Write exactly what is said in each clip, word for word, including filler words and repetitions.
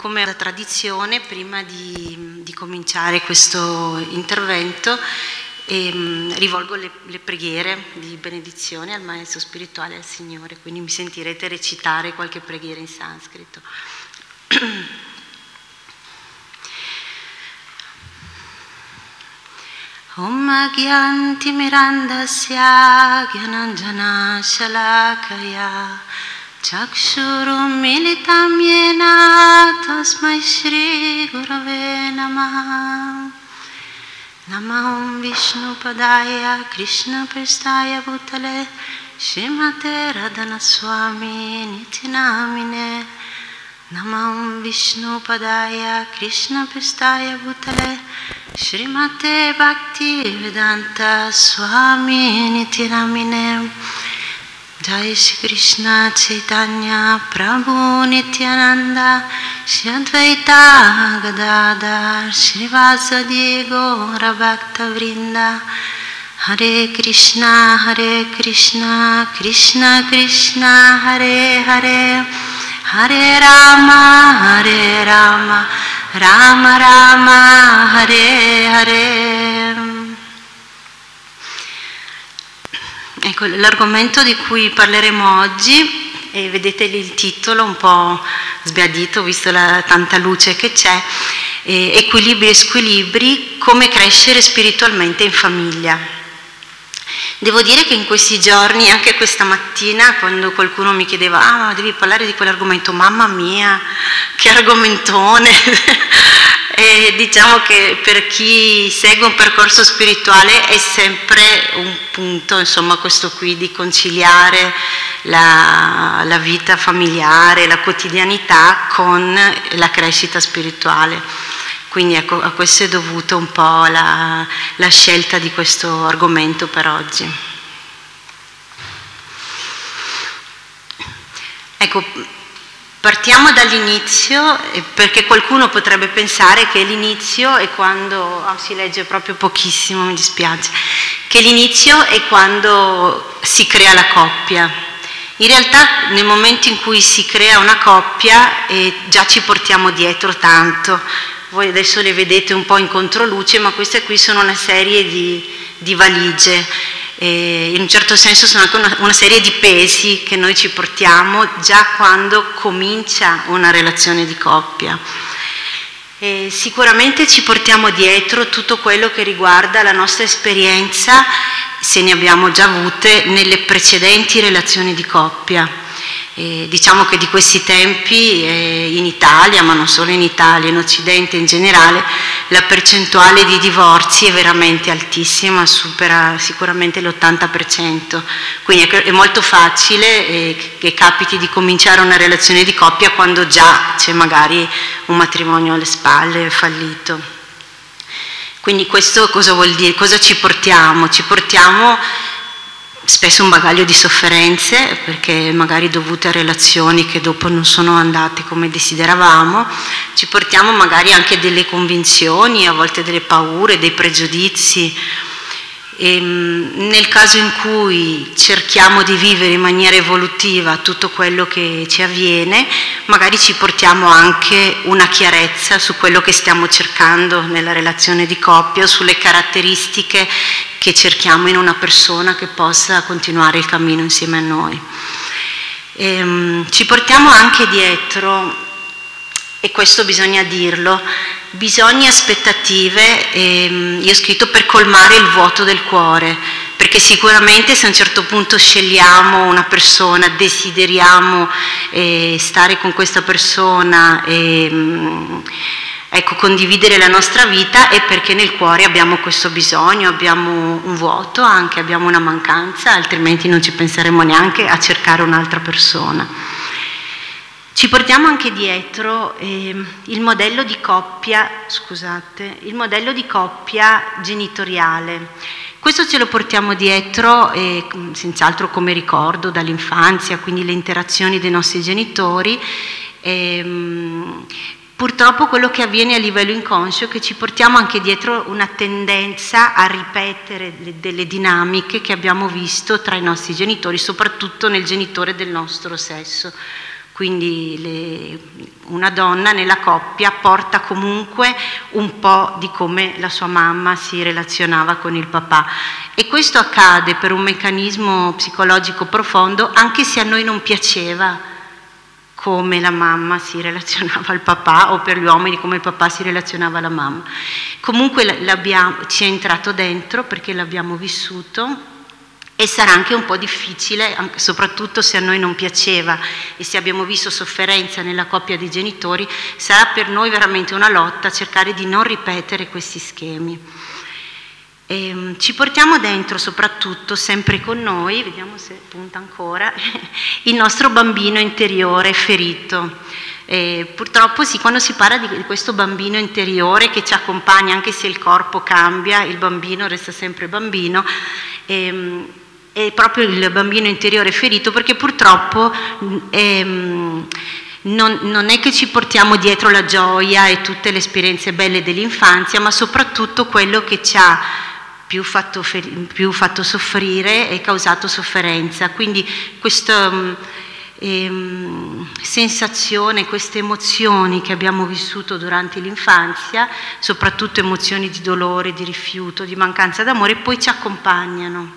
Come da tradizione, prima di, di cominciare questo intervento, ehm, rivolgo le, le preghiere di benedizione al Maestro Spirituale e al Signore, quindi mi sentirete recitare qualche preghiera in sanscrito. Om Gyanti Mirandasya Gyananjana Shalakaya Chakshurum Militam Yena Tasmai Shri Gurave Namaha Namaham Vishnu Padaya Krishna Prestaya Bhutale Srimate Radhana Swami Nityanamine Namaham Vishnu Padaya Krishna Prestaya Bhutale Srimate Bhakti Vedanta Swami Nityanamine Jai Shri Krishna Chaitanya Prabhu Nityananda Shri Advaita Gadadhar Srivasadi Gaura Bhakta Vrinda Hare Krishna Hare Krishna Krishna Krishna Hare Hare Hare Rama Hare Rama Rama Rama Hare Hare. Ecco, l'argomento di cui parleremo oggi, e vedete lì il titolo un po' sbiadito visto la tanta luce che c'è, eh, equilibri e squilibri, come crescere spiritualmente in famiglia. Devo dire che in questi giorni, anche questa mattina, quando qualcuno mi chiedeva ah ma devi parlare di quell'argomento, mamma mia, che argomentone! E diciamo che per chi segue un percorso spirituale è sempre un punto, insomma, questo qui di conciliare la, la vita familiare, la quotidianità con la crescita spirituale. Quindi ecco, a questo è dovuto un po' la, la scelta di questo argomento per oggi. Ecco, partiamo dall'inizio, perché qualcuno potrebbe pensare che l'inizio è quando, oh, si legge proprio pochissimo, mi dispiace, che l'inizio è quando si crea la coppia. In realtà nel momento in cui si crea una coppia eh, già ci portiamo dietro tanto. Voi adesso le vedete un po' in controluce, ma queste qui sono una serie di, di valigie. E in un certo senso sono anche una, una serie di pesi che noi ci portiamo già quando comincia una relazione di coppia. E sicuramente ci portiamo dietro tutto quello che riguarda la nostra esperienza, se ne abbiamo già avute, nelle precedenti relazioni di coppia. E diciamo che di questi tempi eh, in Italia, ma non solo in Italia, in Occidente in generale, la percentuale di divorzi è veramente altissima, supera sicuramente l'ottanta per cento. Quindi è molto facile eh, che capiti di cominciare una relazione di coppia quando già c'è magari un matrimonio alle spalle fallito. Quindi questo cosa vuol dire? Cosa ci portiamo? Ci portiamo spesso un bagaglio di sofferenze, perché magari dovute a relazioni che dopo non sono andate come desideravamo, ci portiamo magari anche delle convinzioni, a volte delle paure, dei pregiudizi. E nel caso in cui cerchiamo di vivere in maniera evolutiva tutto quello che ci avviene, magari ci portiamo anche una chiarezza su quello che stiamo cercando nella relazione di coppia o sulle caratteristiche che cerchiamo in una persona che possa continuare il cammino insieme a noi. E, ci portiamo anche dietro, e questo bisogna dirlo, bisogna aspettative, e io ho scritto per colmare il vuoto del cuore, perché sicuramente se a un certo punto scegliamo una persona, desideriamo eh, stare con questa persona e ecco, condividere la nostra vita, è perché nel cuore abbiamo questo bisogno, abbiamo un vuoto, anche abbiamo una mancanza, altrimenti non ci penseremo neanche a cercare un'altra persona. Ci portiamo anche dietro eh, il modello di coppia, scusate, il modello di coppia genitoriale. Questo ce lo portiamo dietro eh, senz'altro come ricordo dall'infanzia, quindi le interazioni dei nostri genitori. Eh, purtroppo quello che avviene a livello inconscio è che ci portiamo anche dietro una tendenza a ripetere le, delle dinamiche che abbiamo visto tra i nostri genitori, soprattutto nel genitore del nostro sesso. Quindi le, una donna nella coppia porta comunque un po' di come la sua mamma si relazionava con il papà, e questo accade per un meccanismo psicologico profondo, anche se a noi non piaceva come la mamma si relazionava al papà, o per gli uomini come il papà si relazionava alla mamma. Comunque ci è entrato dentro perché l'abbiamo vissuto, e sarà anche un po' difficile, soprattutto se a noi non piaceva e se abbiamo visto sofferenza nella coppia dei genitori, sarà per noi veramente una lotta cercare di non ripetere questi schemi. E ci portiamo dentro soprattutto, sempre con noi, vediamo se punta ancora, il nostro bambino interiore ferito. E purtroppo sì, quando si parla di questo bambino interiore che ci accompagna, anche se il corpo cambia, il bambino resta sempre bambino, e, è proprio il bambino interiore ferito, perché purtroppo ehm, non, non è che ci portiamo dietro la gioia e tutte le esperienze belle dell'infanzia, ma soprattutto quello che ci ha più fatto, più fatto soffrire e causato sofferenza. Quindi questa ehm, sensazione, queste emozioni che abbiamo vissuto durante l'infanzia, soprattutto emozioni di dolore, di rifiuto, di mancanza d'amore, poi ci accompagnano.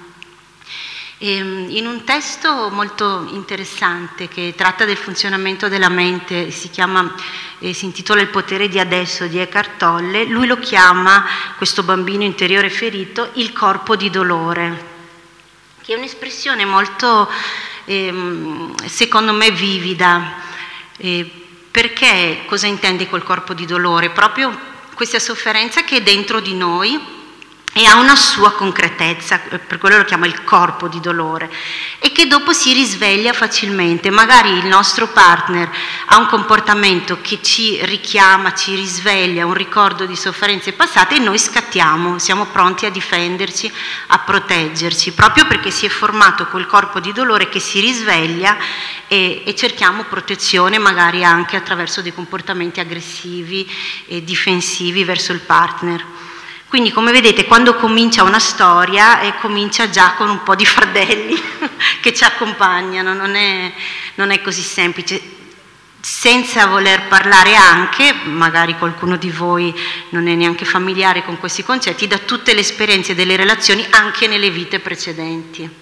In un testo molto interessante che tratta del funzionamento della mente, si chiama, eh, si intitola Il potere di adesso di Eckhart Tolle, lui lo chiama, questo bambino interiore ferito, il corpo di dolore, che è un'espressione molto, ehm, secondo me, vivida. Eh, perché cosa intende col corpo di dolore? Proprio questa sofferenza che è dentro di noi e ha una sua concretezza, per quello lo chiama il corpo di dolore, e che dopo si risveglia facilmente. Magari il nostro partner ha un comportamento che ci richiama, ci risveglia un ricordo di sofferenze passate, e noi scattiamo, siamo pronti a difenderci, a proteggerci, proprio perché si è formato quel corpo di dolore che si risveglia, e, e cerchiamo protezione magari anche attraverso dei comportamenti aggressivi e difensivi verso il partner. Quindi, come vedete, quando comincia una storia, eh, comincia già con un po' di fardelli che ci accompagnano, non è, non è così semplice, senza voler parlare anche, magari qualcuno di voi non è neanche familiare con questi concetti, da tutte le esperienze delle relazioni anche nelle vite precedenti.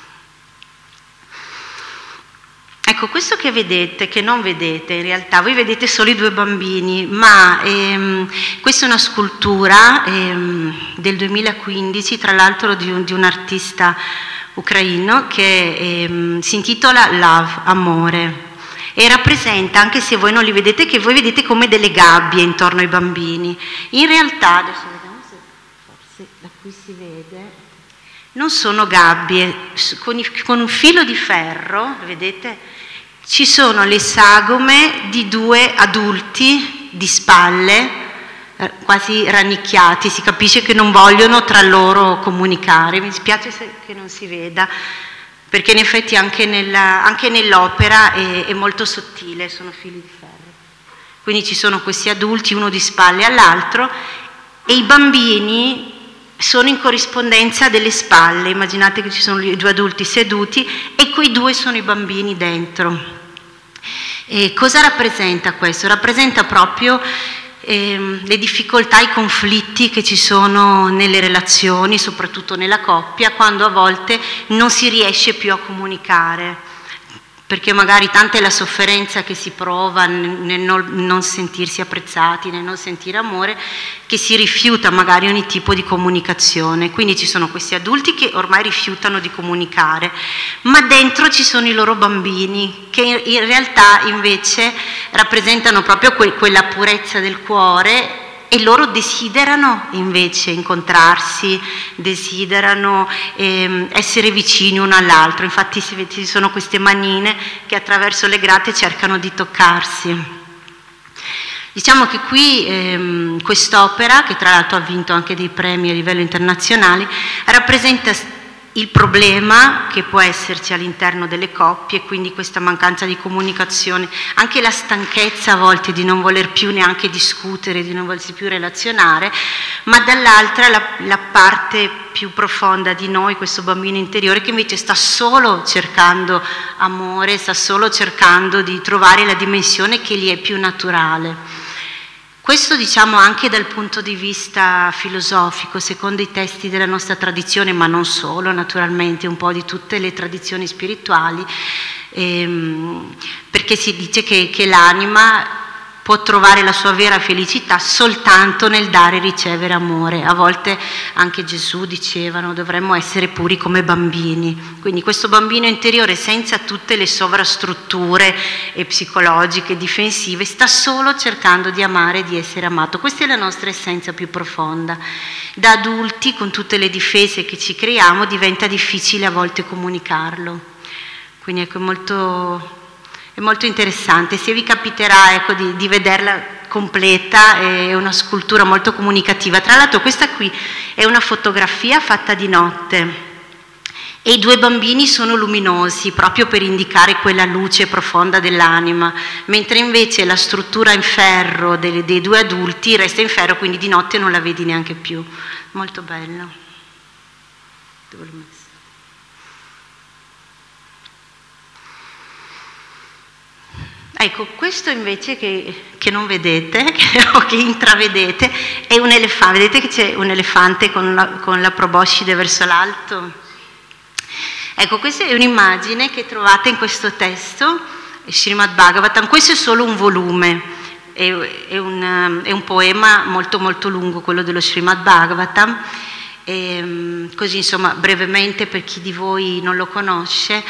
Ecco, questo che vedete, che non vedete in realtà, voi vedete solo i due bambini, ma ehm, questa è una scultura ehm, del duemilaquindici, tra l'altro di un, di un artista ucraino, che ehm, si intitola Love, amore, e rappresenta, anche se voi non li vedete, che voi vedete come delle gabbie intorno ai bambini. In realtà, adesso vediamo se forse da qui si vede, non sono gabbie, con, i, con un filo di ferro, vedete? Ci sono le sagome di due adulti di spalle, eh, quasi rannicchiati, si capisce che non vogliono tra loro comunicare. Mi dispiace se, che non si veda, perché in effetti anche, nella, anche nell'opera è, è molto sottile, sono fili di ferro. Quindi ci sono questi adulti, uno di spalle all'altro, e i bambini sono in corrispondenza delle spalle. Immaginate che ci sono i due adulti seduti e quei due sono i bambini dentro. E cosa rappresenta questo? Rappresenta proprio eh, le difficoltà, i conflitti che ci sono nelle relazioni, soprattutto nella coppia, quando a volte non si riesce più a comunicare, perché magari tanta è la sofferenza che si prova nel non sentirsi apprezzati, nel non sentire amore, che si rifiuta magari ogni tipo di comunicazione. Quindi ci sono questi adulti che ormai rifiutano di comunicare, ma dentro ci sono i loro bambini, che in realtà invece rappresentano proprio que- quella purezza del cuore, e loro desiderano invece incontrarsi, desiderano ehm, essere vicini uno all'altro. Infatti si vede, ci sono queste manine che attraverso le grate cercano di toccarsi. Diciamo che qui ehm, quest'opera, che tra l'altro ha vinto anche dei premi a livello internazionale, rappresenta il problema che può esserci all'interno delle coppie, quindi questa mancanza di comunicazione, anche la stanchezza a volte di non voler più neanche discutere, di non volersi più relazionare, ma dall'altra la, la parte più profonda di noi, questo bambino interiore che invece sta solo cercando amore, sta solo cercando di trovare la dimensione che gli è più naturale. Questo diciamo anche dal punto di vista filosofico, secondo i testi della nostra tradizione, ma non solo, naturalmente, un po' di tutte le tradizioni spirituali, ehm, perché si dice che, che l'anima può trovare la sua vera felicità soltanto nel dare e ricevere amore. A volte anche Gesù dicevano dovremmo essere puri come bambini, quindi questo bambino interiore senza tutte le sovrastrutture e psicologiche difensive sta solo cercando di amare e di essere amato. Questa è la nostra essenza più profonda. Da adulti, con tutte le difese che ci creiamo, diventa difficile a volte comunicarlo, quindi ecco, è molto È molto interessante. Se vi capiterà ecco, di, di vederla completa, è una scultura molto comunicativa. Tra l'altro questa qui è una fotografia fatta di notte e i due bambini sono luminosi proprio per indicare quella luce profonda dell'anima, mentre invece la struttura in ferro dei, dei due adulti resta in ferro, quindi di notte non la vedi neanche più. Molto bello. Dove l'ho messo? Ecco, questo invece che, che non vedete, che, o che intravedete, è un elefante. Vedete che c'è un elefante con la, con la proboscide verso l'alto? Ecco, questa è un'immagine che trovate in questo testo, Srimad Bhagavatam. Questo è solo un volume, è, è, un, è un poema molto molto lungo, quello dello Srimad Bhagavatam. E, così insomma brevemente per chi di voi non lo conosce,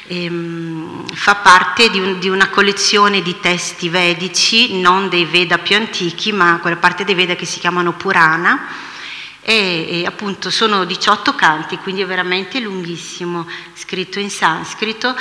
ehm, fa parte di, un, di una collezione di testi vedici, non dei Veda più antichi, ma quella parte dei Veda che si chiamano Purana, e, e appunto sono diciotto canti, quindi è veramente lunghissimo, scritto in sanscrito.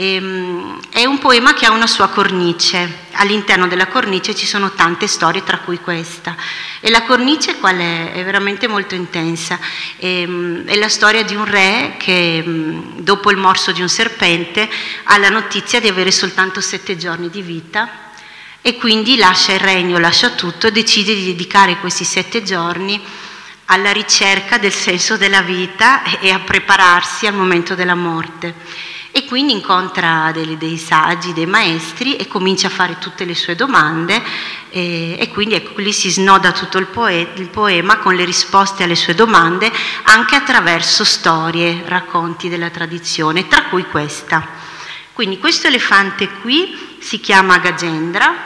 E, è un poema che ha una sua cornice, all'interno della cornice ci sono tante storie, tra cui questa. E la cornice qual è? È veramente molto intensa. È, è la storia di un re che dopo il morso di un serpente ha la notizia di avere soltanto sette giorni di vita e quindi lascia il regno, lascia tutto e decide di dedicare questi sette giorni alla ricerca del senso della vita e a prepararsi al momento della morte. E quindi incontra dei, dei saggi, dei maestri e comincia a fare tutte le sue domande e, e quindi ecco, lì si snoda tutto il, poe, il poema con le risposte alle sue domande anche attraverso storie, racconti della tradizione, tra cui questa. Quindi questo elefante qui si chiama Gajendra.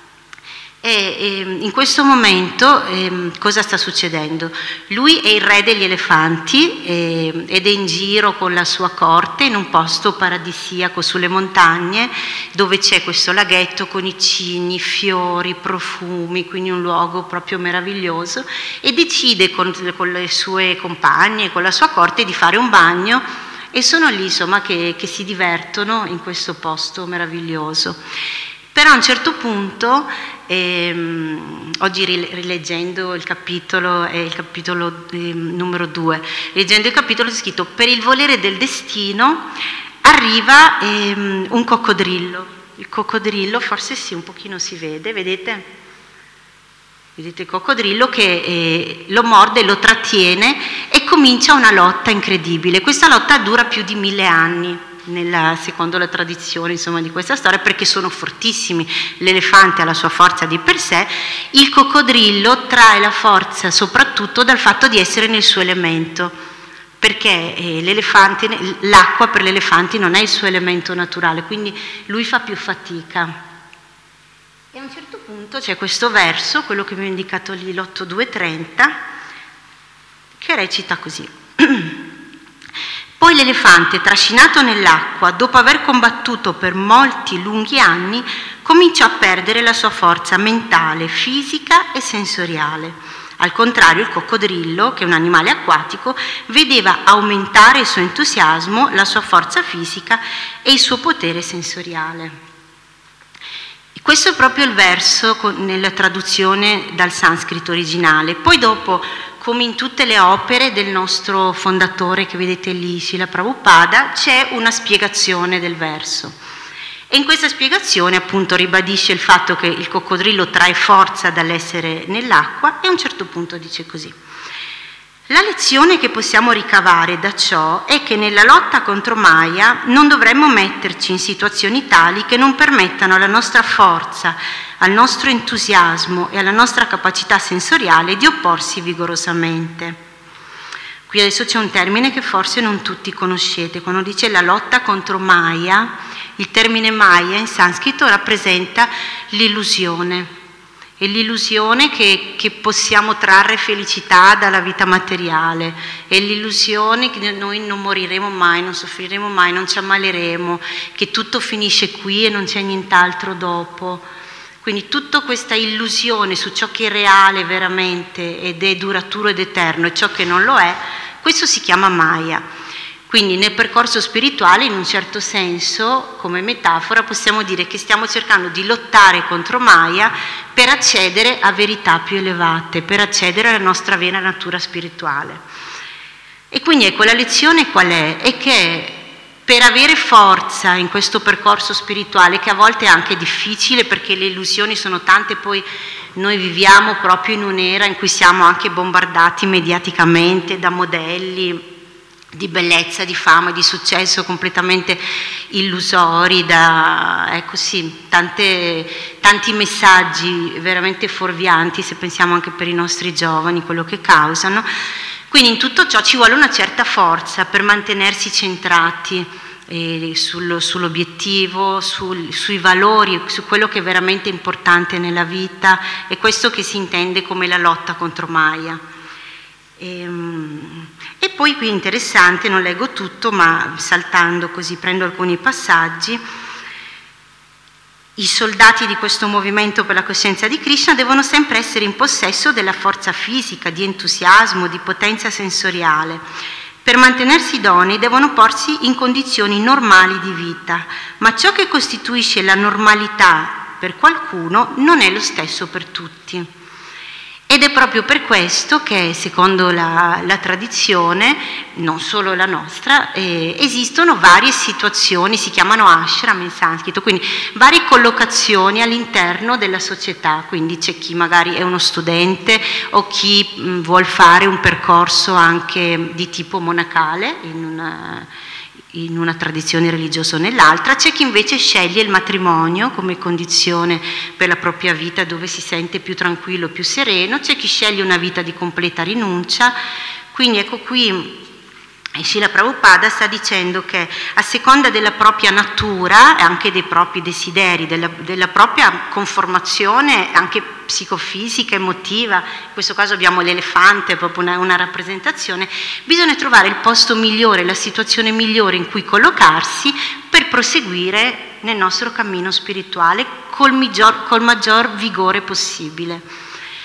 E, e in questo momento eh, cosa sta succedendo? Lui è il re degli elefanti eh, ed è in giro con la sua corte in un posto paradisiaco sulle montagne dove c'è questo laghetto con i cigni, fiori, profumi, quindi un luogo proprio meraviglioso, e decide con, con le sue compagne, con la sua corte, di fare un bagno e sono lì insomma che, che si divertono in questo posto meraviglioso. Però a un certo punto, ehm, oggi rileggendo il capitolo, è il capitolo eh, numero due, leggendo il capitolo c'è scritto: per il volere del destino arriva ehm, un coccodrillo. Il coccodrillo, forse sì, un pochino si vede, vedete? Vedete il coccodrillo che eh, lo morde, lo trattiene e comincia una lotta incredibile. Questa lotta dura più di mille anni. Nella, secondo la tradizione insomma di questa storia, perché sono fortissimi. L'elefante ha la sua forza di per sé, il coccodrillo trae la forza soprattutto dal fatto di essere nel suo elemento, perché eh, l'elefante, l'acqua per l'elefante non è il suo elemento naturale, quindi lui fa più fatica. E a un certo punto c'è questo verso, quello che vi ho indicato lì, l'otto due trenta, che recita così: poi l'elefante, trascinato nell'acqua, dopo aver combattuto per molti lunghi anni, cominciò a perdere la sua forza mentale, fisica e sensoriale. Al contrario, il coccodrillo, che è un animale acquatico, vedeva aumentare il suo entusiasmo, la sua forza fisica e il suo potere sensoriale. E questo è proprio il verso nella traduzione dal sanscrito originale. Poi dopo, come in tutte le opere del nostro fondatore che vedete lì, Srila Prabhupada, c'è una spiegazione del verso. E in questa spiegazione appunto ribadisce il fatto che il coccodrillo trae forza dall'essere nell'acqua e a un certo punto dice così: la lezione che possiamo ricavare da ciò è che nella lotta contro Maya non dovremmo metterci in situazioni tali che non permettano alla nostra forza, al nostro entusiasmo e alla nostra capacità sensoriale di opporsi vigorosamente. Qui adesso c'è un termine che forse non tutti conoscete. Quando dice la lotta contro Maya, il termine Maya in sanscrito rappresenta l'illusione. È l'illusione che, che possiamo trarre felicità dalla vita materiale, è l'illusione che noi non moriremo mai, non soffriremo mai, non ci ammaleremo, che tutto finisce qui e non c'è nient'altro dopo. Quindi tutta questa illusione su ciò che è reale veramente ed è duraturo ed eterno e ciò che non lo è, questo si chiama Maya. Quindi nel percorso spirituale, in un certo senso, come metafora, possiamo dire che stiamo cercando di lottare contro Maya per accedere a verità più elevate, per accedere alla nostra vera natura spirituale. E quindi ecco, la lezione qual è? È che per avere forza in questo percorso spirituale, che a volte è anche difficile perché le illusioni sono tante, poi noi viviamo proprio in un'era in cui siamo anche bombardati mediaticamente da modelli di bellezza, di fama, di successo completamente illusori, da ecco sì, tante, tanti messaggi veramente fuorvianti, se pensiamo anche per i nostri giovani, quello che causano. Quindi in tutto ciò ci vuole una certa forza per mantenersi centrati eh, sul, sull'obiettivo, sul, sui valori, su quello che è veramente importante nella vita, e questo che si intende come la lotta contro Maya. E, e poi qui interessante, non leggo tutto ma saltando così prendo alcuni passaggi. I soldati di questo movimento per la coscienza di Krishna devono sempre essere in possesso della forza fisica, di entusiasmo, di potenza sensoriale. Per mantenersi idonei devono porsi in condizioni normali di vita, ma ciò che costituisce la normalità per qualcuno non è lo stesso per tutti. Ed è proprio per questo che, secondo la, la tradizione, non solo la nostra, eh, esistono varie situazioni, si chiamano ashram in sanscrito, quindi varie collocazioni all'interno della società. Quindi c'è chi magari è uno studente o chi mh, vuol fare un percorso anche di tipo monacale in una, in una tradizione religiosa o nell'altra, c'è chi invece sceglie il matrimonio come condizione per la propria vita dove si sente più tranquillo, più sereno, c'è chi sceglie una vita di completa rinuncia. Quindi ecco qui Srila Prabhupada sta dicendo che a seconda della propria natura e anche dei propri desideri, della, della propria conformazione anche psicofisica, emotiva, in questo caso abbiamo l'elefante, proprio una, una rappresentazione, bisogna trovare il posto migliore, la situazione migliore in cui collocarsi per proseguire nel nostro cammino spirituale col, miglior, col maggior vigore possibile.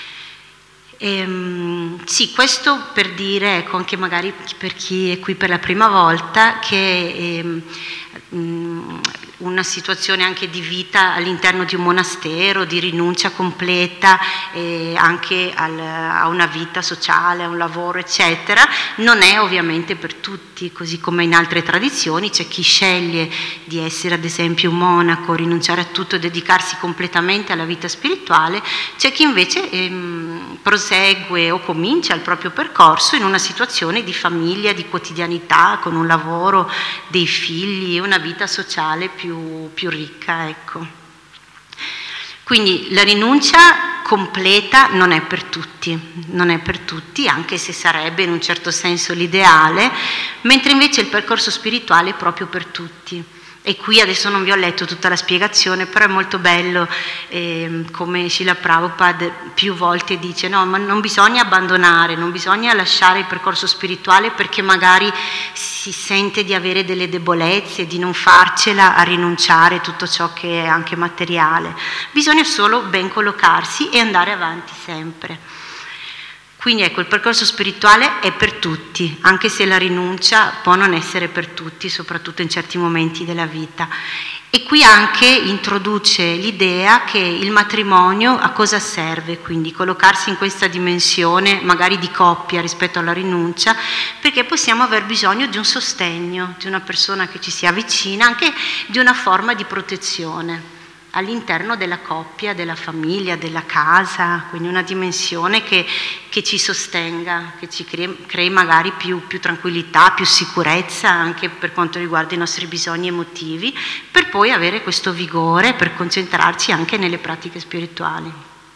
Ehm, sì, questo per dire, ecco, anche magari per chi è qui per la prima volta, che ehm, mh, una situazione anche di vita all'interno di un monastero, di rinuncia completa eh, anche al, a una vita sociale, a un lavoro, eccetera, non è ovviamente per tutti, così come in altre tradizioni c'è chi sceglie di essere ad esempio un monaco, rinunciare a tutto e dedicarsi completamente alla vita spirituale, c'è chi invece ehm, prosegue o comincia il proprio percorso in una situazione di famiglia, di quotidianità, con un lavoro, dei figli e una vita sociale più Più, più ricca, ecco. Quindi la rinuncia completa non è per tutti, non è per tutti, anche se sarebbe in un certo senso l'ideale, mentre invece il percorso spirituale è proprio per tutti. E qui adesso non vi ho letto tutta la spiegazione, però è molto bello eh, come Srila Prabhupada più volte dice: no, ma non bisogna abbandonare, non bisogna lasciare il percorso spirituale perché magari si sente di avere delle debolezze, di non farcela a rinunciare a tutto ciò che è anche materiale. Bisogna solo ben collocarsi e andare avanti sempre. Quindi ecco, il percorso spirituale è per tutti, anche se la rinuncia può non essere per tutti, soprattutto in certi momenti della vita. E qui anche introduce l'idea che il matrimonio a cosa serve, quindi collocarsi in questa dimensione magari di coppia rispetto alla rinuncia, perché possiamo aver bisogno di un sostegno, di una persona che ci sia vicina, anche di una forma di protezione all'interno della coppia, della famiglia, della casa, quindi una dimensione che, che ci sostenga, che ci crei, crei magari più, più tranquillità, più sicurezza anche per quanto riguarda i nostri bisogni emotivi, per poi avere questo vigore, per concentrarci anche nelle pratiche spirituali.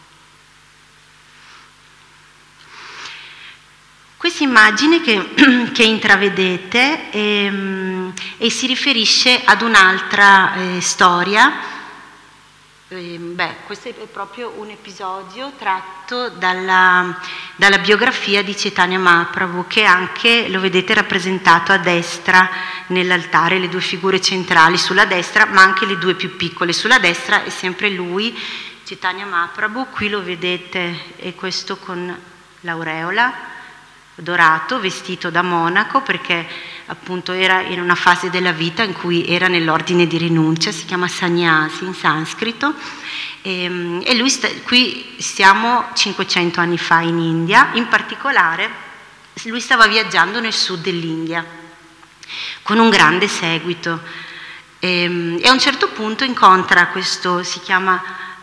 Questa immagine che, che intravedete ehm, e si riferisce ad un'altra eh, storia. Eh, beh, questo è proprio un episodio tratto dalla, dalla biografia di Chaitanya Mahaprabhu, che anche lo vedete rappresentato a destra nell'altare, le due figure centrali sulla destra, ma anche le due più piccole. Sulla destra è sempre lui, Chaitanya Mahaprabhu, qui lo vedete, e questo con l'aureola dorato, vestito da monaco, perché appunto era in una fase della vita in cui era nell'ordine di rinuncia, si chiama sannyasi in sanscrito, e, e lui sta, qui siamo cinquecento anni fa in India, in particolare lui stava viaggiando nel sud dell'India con un grande seguito, e, e a un certo punto incontra questo, si chiama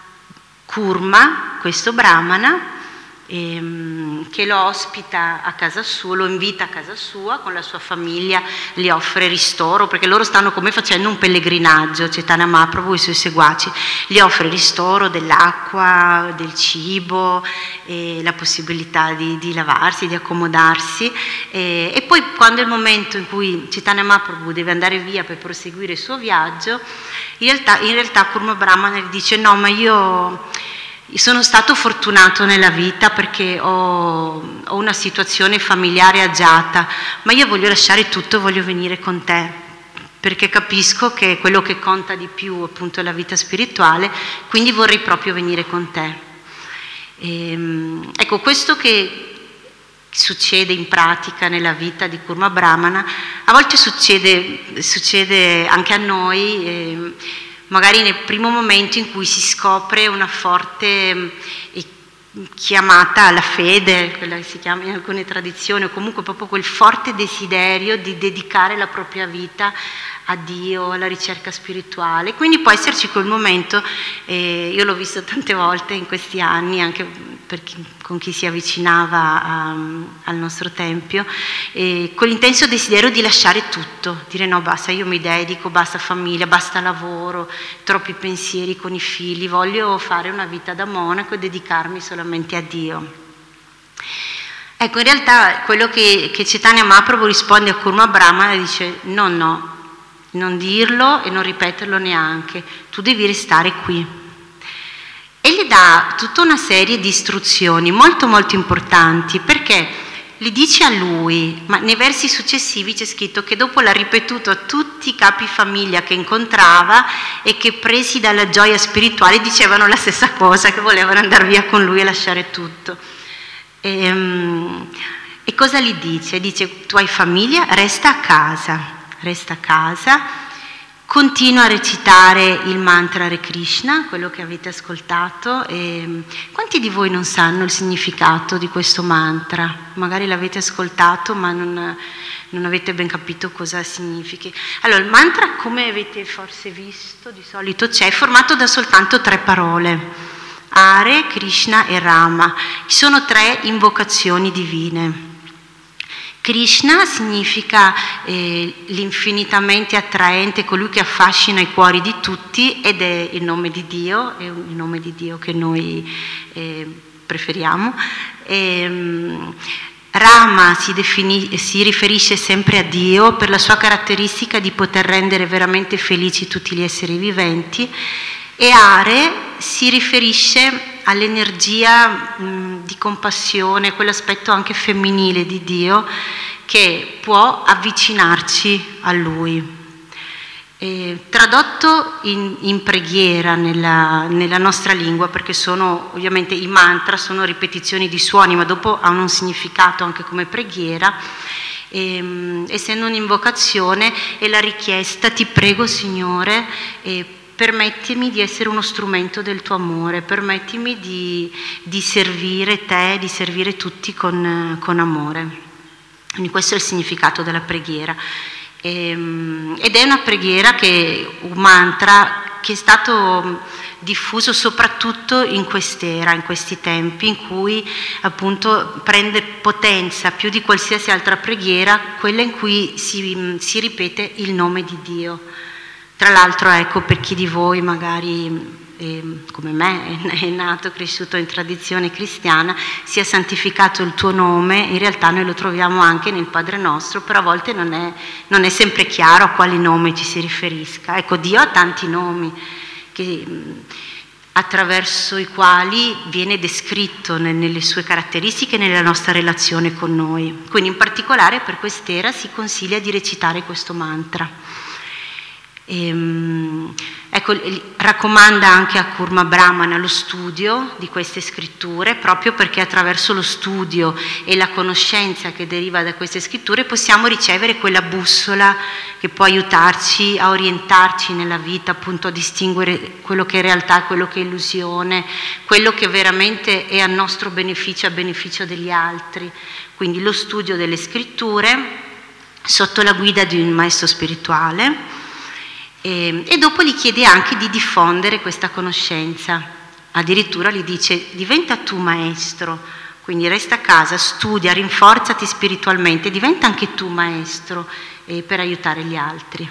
Kurma, questo brahmana, Ehm, che lo ospita a casa sua, lo invita a casa sua con la sua famiglia, gli offre ristoro, perché loro stanno come facendo un pellegrinaggio, Chaitanya Mahaprabhu e i suoi seguaci, gli offre ristoro, dell'acqua, del cibo, e la possibilità di, di lavarsi, di accomodarsi, e, e poi quando è il momento in cui Chaitanya Mahaprabhu deve andare via per proseguire il suo viaggio, in realtà, in realtà Kurma Brahmana gli dice: no, ma io sono stato fortunato nella vita perché ho, ho una situazione familiare agiata, ma io voglio lasciare tutto, voglio venire con te, perché capisco che quello che conta di più appunto è la vita spirituale, quindi vorrei proprio venire con te. E, ecco, questo che succede in pratica nella vita di Kurma Brahmana, a volte succede, succede anche a noi, eh, magari nel primo momento in cui si scopre una forte eh, chiamata alla fede, quella che si chiama in alcune tradizioni, o comunque proprio quel forte desiderio di dedicare la propria vita a Dio, alla ricerca spirituale. Quindi può esserci quel momento, eh, io l'ho visto tante volte in questi anni, anche per chi, con chi si avvicinava a, al nostro tempio, eh, con l'intenso desiderio di lasciare tutto, dire no, basta, io mi dedico, basta famiglia, basta lavoro, troppi pensieri con i figli, voglio fare una vita da monaco e dedicarmi solamente a Dio. Ecco, in realtà quello che, che Chaitanya Mahaprabhu risponde a Kurma Brahmana dice: no, no, non dirlo e non ripeterlo neanche, tu devi restare qui. E gli dà tutta una serie di istruzioni molto molto importanti, perché li dice a lui, ma nei versi successivi c'è scritto che dopo l'ha ripetuto a tutti i capi famiglia che incontrava e che, presi dalla gioia spirituale, dicevano la stessa cosa, che volevano andare via con lui e lasciare tutto. E, e cosa gli dice? Dice: tu hai famiglia, resta a casa. Resta a casa, continua a recitare il mantra Hare Krishna, quello che avete ascoltato. E quanti di voi non sanno il significato di questo mantra? Magari l'avete ascoltato ma non, non avete ben capito cosa significhi. Allora, il mantra, come avete forse visto, di solito c'è, è formato da soltanto tre parole: Hare, Krishna e Rama. Ci sono tre invocazioni divine. Krishna significa eh, l'infinitamente attraente, colui che affascina i cuori di tutti, ed è il nome di Dio, è il nome di Dio che noi eh, preferiamo. E, um, Rama si, defini- si riferisce sempre a Dio per la sua caratteristica di poter rendere veramente felici tutti gli esseri viventi, e Hare si riferisce all'energia mh, di compassione, quell'aspetto anche femminile di Dio che può avvicinarci a Lui. E, tradotto in, in preghiera nella, nella nostra lingua, perché sono ovviamente i mantra, sono ripetizioni di suoni, ma dopo hanno un significato anche come preghiera. e, essendo un'invocazione è la richiesta: ti prego Signore, e permettimi di essere uno strumento del tuo amore, permettimi di, di servire te, di servire tutti con, con amore. Quindi questo è il significato della preghiera. E, ed è una preghiera che, un mantra che è stato diffuso soprattutto in quest'era, in questi tempi in cui appunto prende potenza più di qualsiasi altra preghiera quella in cui si, si ripete il nome di Dio. Tra l'altro, ecco, per chi di voi magari eh, come me è nato, cresciuto in tradizione cristiana, sia santificato il tuo nome, in realtà noi lo troviamo anche nel Padre Nostro, però a volte non è, non è sempre chiaro a quale nome ci si riferisca. Ecco, Dio ha tanti nomi che, attraverso i quali viene descritto nelle sue caratteristiche, nella nostra relazione con noi. Quindi in particolare per quest'era si consiglia di recitare questo mantra. E, ecco, raccomanda anche a Kurma Brahmana lo studio di queste scritture, proprio perché attraverso lo studio e la conoscenza che deriva da queste scritture possiamo ricevere quella bussola che può aiutarci a orientarci nella vita, appunto a distinguere quello che è realtà e quello che è illusione, quello che veramente è a nostro beneficio, a beneficio degli altri. Quindi lo studio delle scritture sotto la guida di un maestro spirituale. E, e dopo gli chiede anche di diffondere questa conoscenza, addirittura gli dice: diventa tu maestro, quindi resta a casa, studia, rinforzati spiritualmente, diventa anche tu maestro eh, per aiutare gli altri.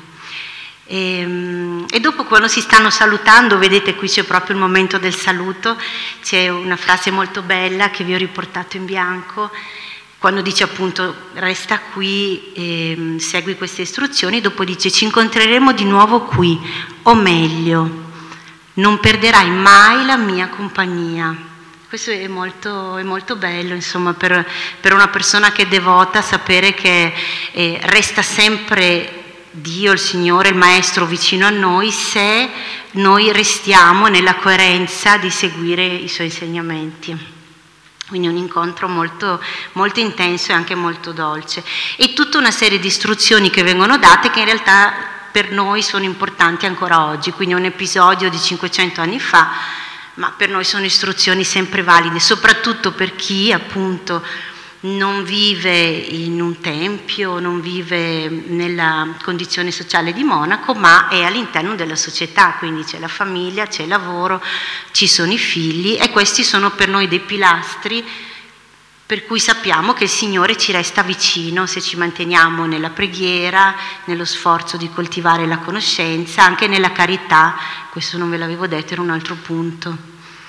E, e dopo, quando si stanno salutando, vedete qui c'è proprio il momento del saluto, c'è una frase molto bella che vi ho riportato in bianco, quando dice appunto resta qui e segui queste istruzioni. Dopo dice: ci incontreremo di nuovo qui, o meglio, non perderai mai la mia compagnia. Questo è molto, è molto bello, insomma, per, per una persona che è devota, sapere che eh, resta sempre Dio, il Signore, il Maestro vicino a noi, se noi restiamo nella coerenza di seguire i suoi insegnamenti. Quindi un incontro molto, molto intenso e anche molto dolce. E tutta una serie di istruzioni che vengono date che in realtà per noi sono importanti ancora oggi. Quindi un episodio di cinquecento anni fa, ma per noi sono istruzioni sempre valide, soprattutto per chi appunto non vive in un tempio, non vive nella condizione sociale di monaco, ma è all'interno della società, quindi c'è la famiglia, c'è il lavoro, ci sono i figli, e questi sono per noi dei pilastri per cui sappiamo che il Signore ci resta vicino se ci manteniamo nella preghiera, nello sforzo di coltivare la conoscenza, anche nella carità. Questo non ve l'avevo detto, era un altro punto.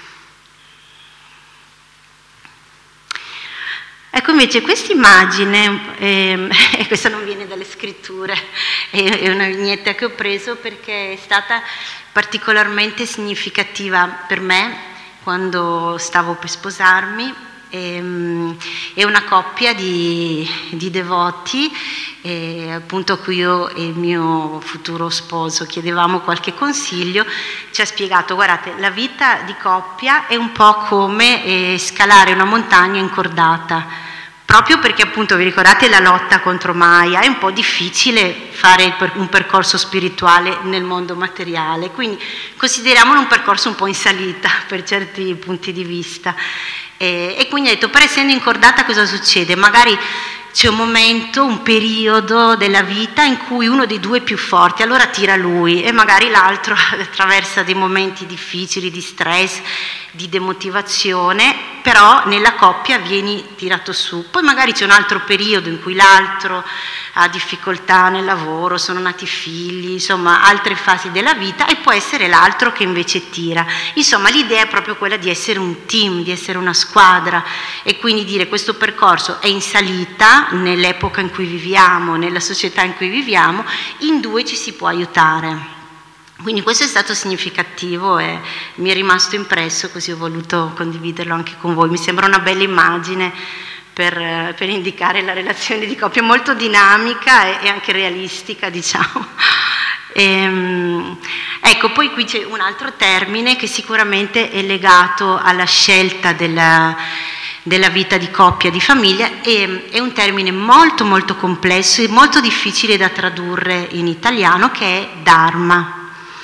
Ecco, invece questa immagine, eh, e questa non viene dalle scritture, è una vignetta che ho preso perché è stata particolarmente significativa per me quando stavo per sposarmi. È una coppia di, di devoti, eh, appunto a cui io e il mio futuro sposo chiedevamo qualche consiglio. Ci ha spiegato: guardate, la vita di coppia è un po' come eh, scalare una montagna incordata, proprio perché appunto vi ricordate la lotta contro Maya, è un po' difficile fare un percorso spirituale nel mondo materiale, quindi consideriamolo un percorso un po' in salita per certi punti di vista. E, e quindi ha detto: per essendo incordata cosa succede? Magari c'è un momento, un periodo della vita in cui uno dei due è più forte, allora tira lui, e magari l'altro attraversa dei momenti difficili di stress, di demotivazione, però nella coppia vieni tirato su. Poi magari c'è un altro periodo in cui l'altro ha difficoltà nel lavoro, sono nati figli, insomma altre fasi della vita, e può essere l'altro che invece tira. Insomma, l'idea è proprio quella di essere un team, di essere una squadra, e quindi dire: questo percorso è in salita nell'epoca in cui viviamo, nella società in cui viviamo, in due ci si può aiutare. Quindi questo è stato significativo e mi è rimasto impresso, così ho voluto condividerlo anche con voi. Mi sembra una bella immagine per, per indicare la relazione di coppia, molto dinamica e, e anche realistica, diciamo. E, ecco, poi qui c'è un altro termine che sicuramente è legato alla scelta della, della vita di coppia, di famiglia, e, è un termine molto molto complesso e molto difficile da tradurre in italiano, che è dharma.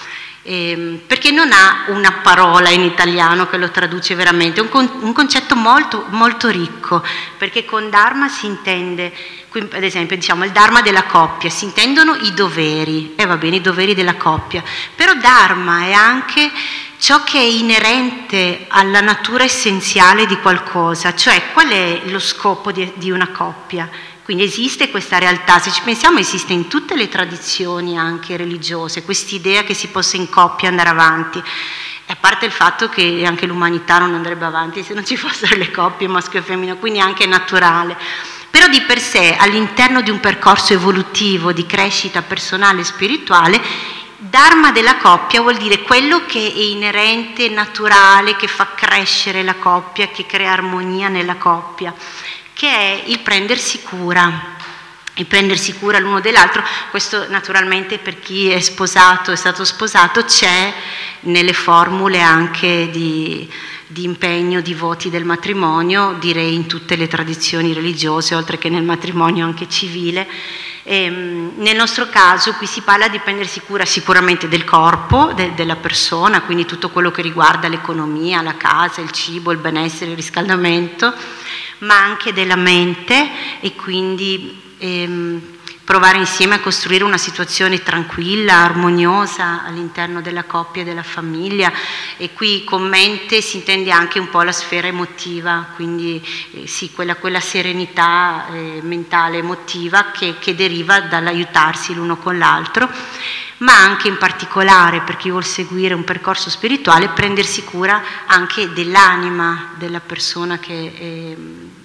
Eh, perché non ha una parola in italiano che lo traduce veramente, è un, con, un concetto molto, molto ricco, perché con dharma si intende, qui, ad esempio diciamo il dharma della coppia, si intendono i doveri, e eh, va bene, i doveri della coppia, però dharma è anche ciò che è inerente alla natura essenziale di qualcosa, cioè qual è lo scopo di, di una coppia. Quindi esiste questa realtà, se ci pensiamo esiste in tutte le tradizioni anche religiose, quest'idea che si possa in coppia andare avanti, e a parte il fatto che anche l'umanità non andrebbe avanti se non ci fossero le coppie maschio e femmina, quindi è anche naturale. Però di per sé all'interno di un percorso evolutivo di crescita personale e spirituale, dharma della coppia vuol dire quello che è inerente, naturale, che fa crescere la coppia, che crea armonia nella coppia, che è il prendersi cura, il prendersi cura l'uno dell'altro. Questo naturalmente per chi è sposato, è stato sposato, c'è nelle formule anche di, di impegno, di voti del matrimonio, direi in tutte le tradizioni religiose, oltre che nel matrimonio anche civile. E, nel nostro caso qui si parla di prendersi cura sicuramente del corpo, de, della persona, quindi tutto quello che riguarda l'economia, la casa, il cibo, il benessere, il riscaldamento, ma anche della mente, e quindi ehm, provare insieme a costruire una situazione tranquilla, armoniosa all'interno della coppia e della famiglia. E qui con mente si intende anche un po' la sfera emotiva, quindi eh, sì, quella, quella serenità eh, mentale, emotiva che, che deriva dall'aiutarsi l'uno con l'altro, ma anche in particolare per chi vuol seguire un percorso spirituale, prendersi cura anche dell'anima della persona che è,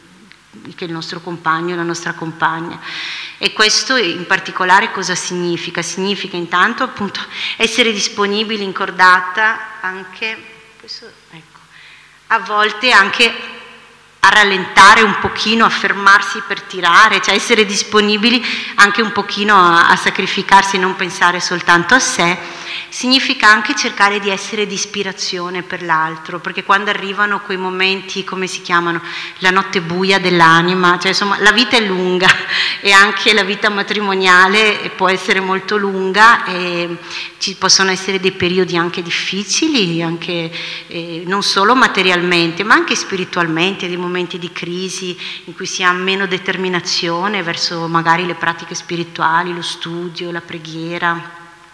che è il nostro compagno, la nostra compagna. E questo in particolare cosa significa? Significa intanto appunto essere disponibili in cordata anche, questo, ecco, a volte anche a rallentare un pochino, a fermarsi per tirare, cioè essere disponibili anche un pochino a, a sacrificarsi, non pensare soltanto a sé. Significa anche cercare di essere di ispirazione per l'altro, perché quando arrivano quei momenti, come si chiamano, la notte buia dell'anima, cioè insomma la vita è lunga e anche la vita matrimoniale può essere molto lunga, e ci possono essere dei periodi anche difficili, anche eh, non solo materialmente ma anche spiritualmente, dei momenti di crisi in cui si ha meno determinazione verso magari le pratiche spirituali, lo studio, la preghiera.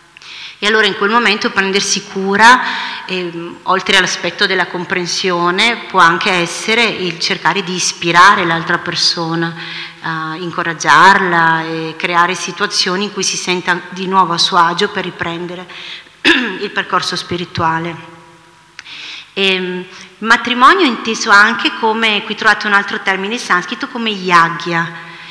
E allora in quel momento prendersi cura, eh, oltre all'aspetto della comprensione, può anche essere il cercare di ispirare l'altra persona, eh, incoraggiarla e creare situazioni in cui si senta di nuovo a suo agio per riprendere il percorso spirituale. E, matrimonio inteso anche come, qui trovate un altro termine sanscrito, come yagya.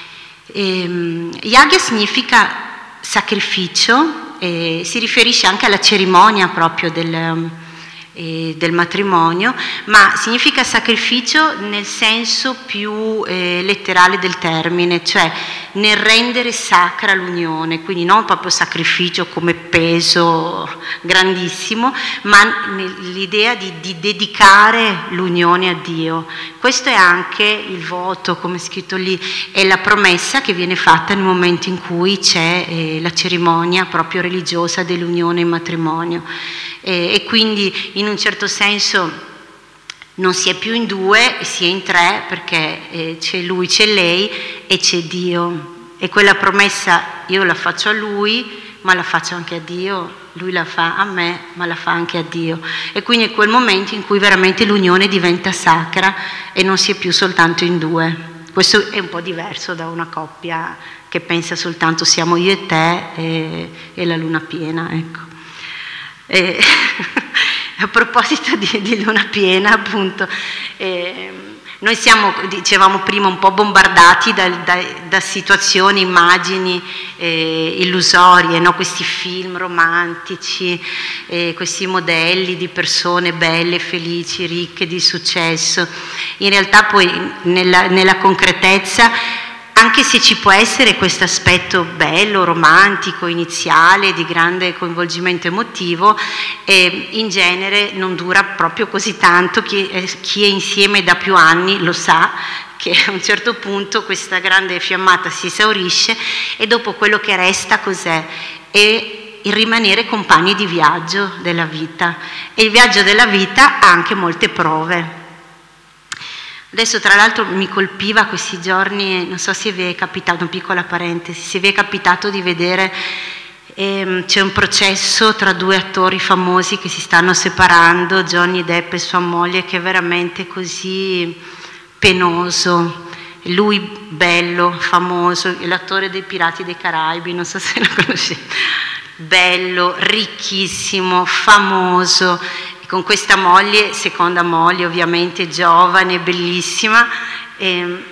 E, yagya significa sacrificio. Eh, si riferisce anche alla cerimonia proprio del, eh, del matrimonio, ma significa sacrificio nel senso più eh, letterale del termine, cioè nel rendere sacra l'unione, quindi non proprio sacrificio come peso grandissimo, ma l'idea di, di dedicare l'unione a Dio. Questo è anche il voto, come è scritto lì, è la promessa che viene fatta nel momento in cui c'è eh, la cerimonia proprio religiosa dell'unione in matrimonio. Eh, e quindi in un certo senso non si è più in due, si è in tre, perché eh, c'è lui, c'è lei e c'è Dio. E quella promessa io la faccio a lui, ma la faccio anche a Dio, lui la fa a me, ma la fa anche a Dio. E quindi è quel momento in cui veramente l'unione diventa sacra e non si è più soltanto in due. Questo è un po' diverso da una coppia che pensa soltanto siamo io e te e, e la luna piena, ecco. E a proposito di, di luna piena, appunto, eh, noi siamo, dicevamo prima, un po' bombardati da, da, da situazioni, immagini eh, illusorie, no? Questi film romantici, eh, questi modelli di persone belle, felici, ricche, di successo. In realtà poi nella, nella concretezza anche se ci può essere questo aspetto bello, romantico, iniziale, di grande coinvolgimento emotivo, eh, in genere non dura proprio così tanto. Chi è, chi è insieme da più anni lo sa, che a un certo punto questa grande fiammata si esaurisce e dopo quello che resta cos'è? È il rimanere compagni di viaggio della vita, e il viaggio della vita ha anche molte prove. Adesso tra l'altro mi colpiva questi giorni, non so se vi è capitato, una piccola parentesi, se vi è capitato di vedere, ehm, c'è un processo tra due attori famosi che si stanno separando, Johnny Depp e sua moglie, che è veramente così penoso. Lui bello, famoso, l'attore dei Pirati dei Caraibi, non so se lo conoscete, bello, ricchissimo, famoso, con questa moglie, seconda moglie ovviamente, giovane, bellissima, e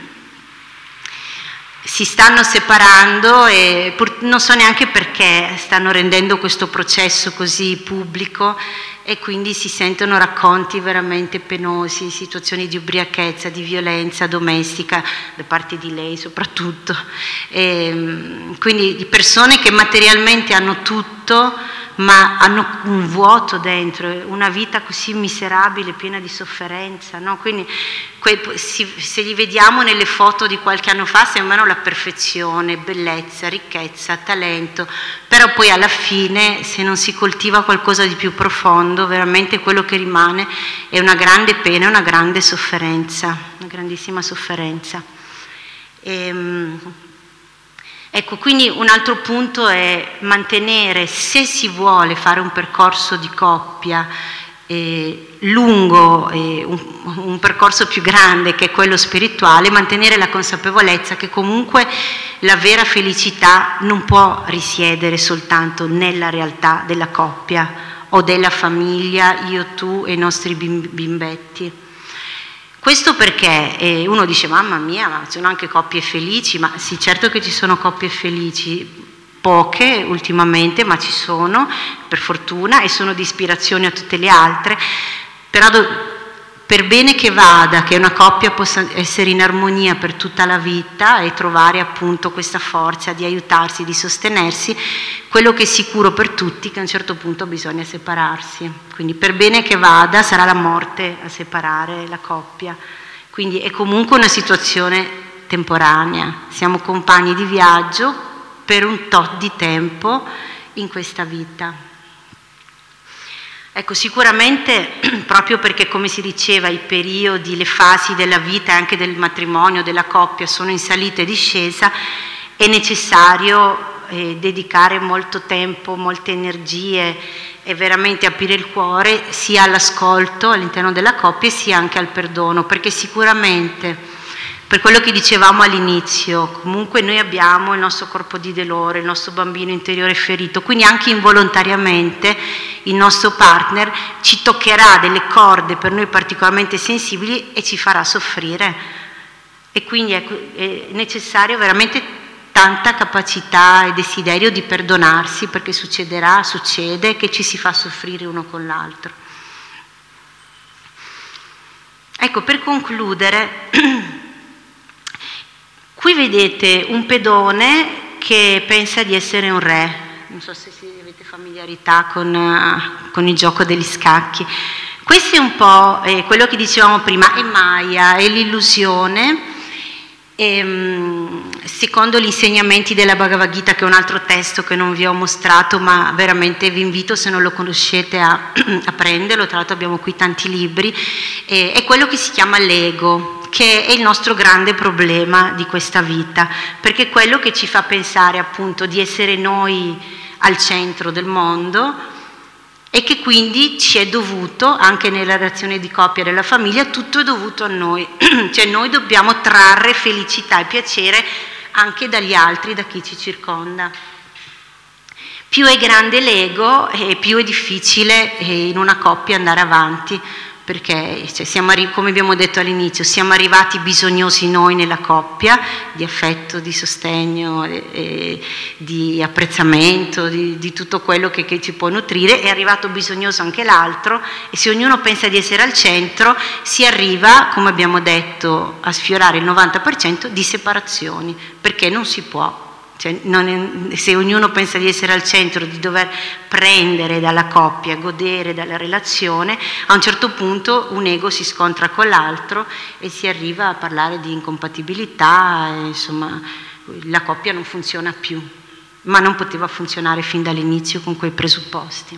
si stanno separando e pur, non so neanche perché stanno rendendo questo processo così pubblico, e quindi si sentono racconti veramente penosi, situazioni di ubriachezza, di violenza domestica da parte di lei soprattutto, e quindi di persone che materialmente hanno tutto ma hanno un vuoto dentro, una vita così miserabile, piena di sofferenza, no? Quindi que, si, se li vediamo nelle foto di qualche anno fa sembrano la perfezione, bellezza, ricchezza, talento, però poi alla fine, se non si coltiva qualcosa di più profondo, veramente quello che rimane è una grande pena, una grande sofferenza, una grandissima sofferenza. E, Ecco, quindi un altro punto è mantenere, se si vuole fare un percorso di coppia eh, lungo, eh, un, un percorso più grande che è quello spirituale, mantenere la consapevolezza che comunque la vera felicità non può risiedere soltanto nella realtà della coppia o della famiglia, io, tu e i nostri bimbetti. Questo perché eh, uno dice, mamma mia, ma ci sono anche coppie felici, ma sì, certo che ci sono coppie felici, poche ultimamente, ma ci sono, per fortuna, e sono di ispirazione a tutte le altre, però do, per bene che vada, che una coppia possa essere in armonia per tutta la vita e trovare appunto questa forza di aiutarsi, di sostenersi, quello che è sicuro per tutti è che a un certo punto bisogna separarsi. Quindi per bene che vada sarà la morte a separare la coppia. Quindi è comunque una situazione temporanea. Siamo compagni di viaggio per un tot di tempo in questa vita. Ecco, sicuramente proprio perché, come si diceva, i periodi, le fasi della vita e anche del matrimonio, della coppia sono in salita e discesa, è necessario eh, dedicare molto tempo, molte energie e veramente aprire il cuore sia all'ascolto all'interno della coppia sia anche al perdono, perché sicuramente, per quello che dicevamo all'inizio, comunque noi abbiamo il nostro corpo di dolore, il nostro bambino interiore ferito, quindi anche involontariamente il nostro partner ci toccherà delle corde per noi particolarmente sensibili e ci farà soffrire. E quindi è, è necessario veramente tanta capacità e desiderio di perdonarsi, perché succederà, succede che ci si fa soffrire uno con l'altro. Ecco, per concludere, qui vedete un pedone che pensa di essere un re, non so se avete familiarità con, uh, con il gioco degli scacchi. Questo è un po' eh, quello che dicevamo prima, è Maya, è l'illusione, e, secondo gli insegnamenti della Bhagavad Gita, che è un altro testo che non vi ho mostrato, ma veramente vi invito, se non lo conoscete, a, a prenderlo. Tra l'altro abbiamo qui tanti libri, eh, è quello che si chiama l'ego, che è il nostro grande problema di questa vita, perché è quello che ci fa pensare appunto di essere noi al centro del mondo, e che quindi ci è dovuto, anche nella relazione di coppia della famiglia, tutto è dovuto a noi, cioè noi dobbiamo trarre felicità e piacere anche dagli altri, da chi ci circonda. Più è grande l'ego e più è difficile in una coppia andare avanti, perché cioè, siamo arri- come abbiamo detto all'inizio, siamo arrivati bisognosi noi nella coppia di affetto, di sostegno, e, e di apprezzamento, di, di tutto quello che, che ci può nutrire, è arrivato bisognoso anche l'altro, e se ognuno pensa di essere al centro si arriva, come abbiamo detto, a sfiorare il novanta per cento di separazioni, perché non si può. Cioè, non è, se ognuno pensa di essere al centro, di dover prendere dalla coppia, godere dalla relazione, a un certo punto un ego si scontra con l'altro e si arriva a parlare di incompatibilità, e, insomma, la coppia non funziona più, ma non poteva funzionare fin dall'inizio con quei presupposti.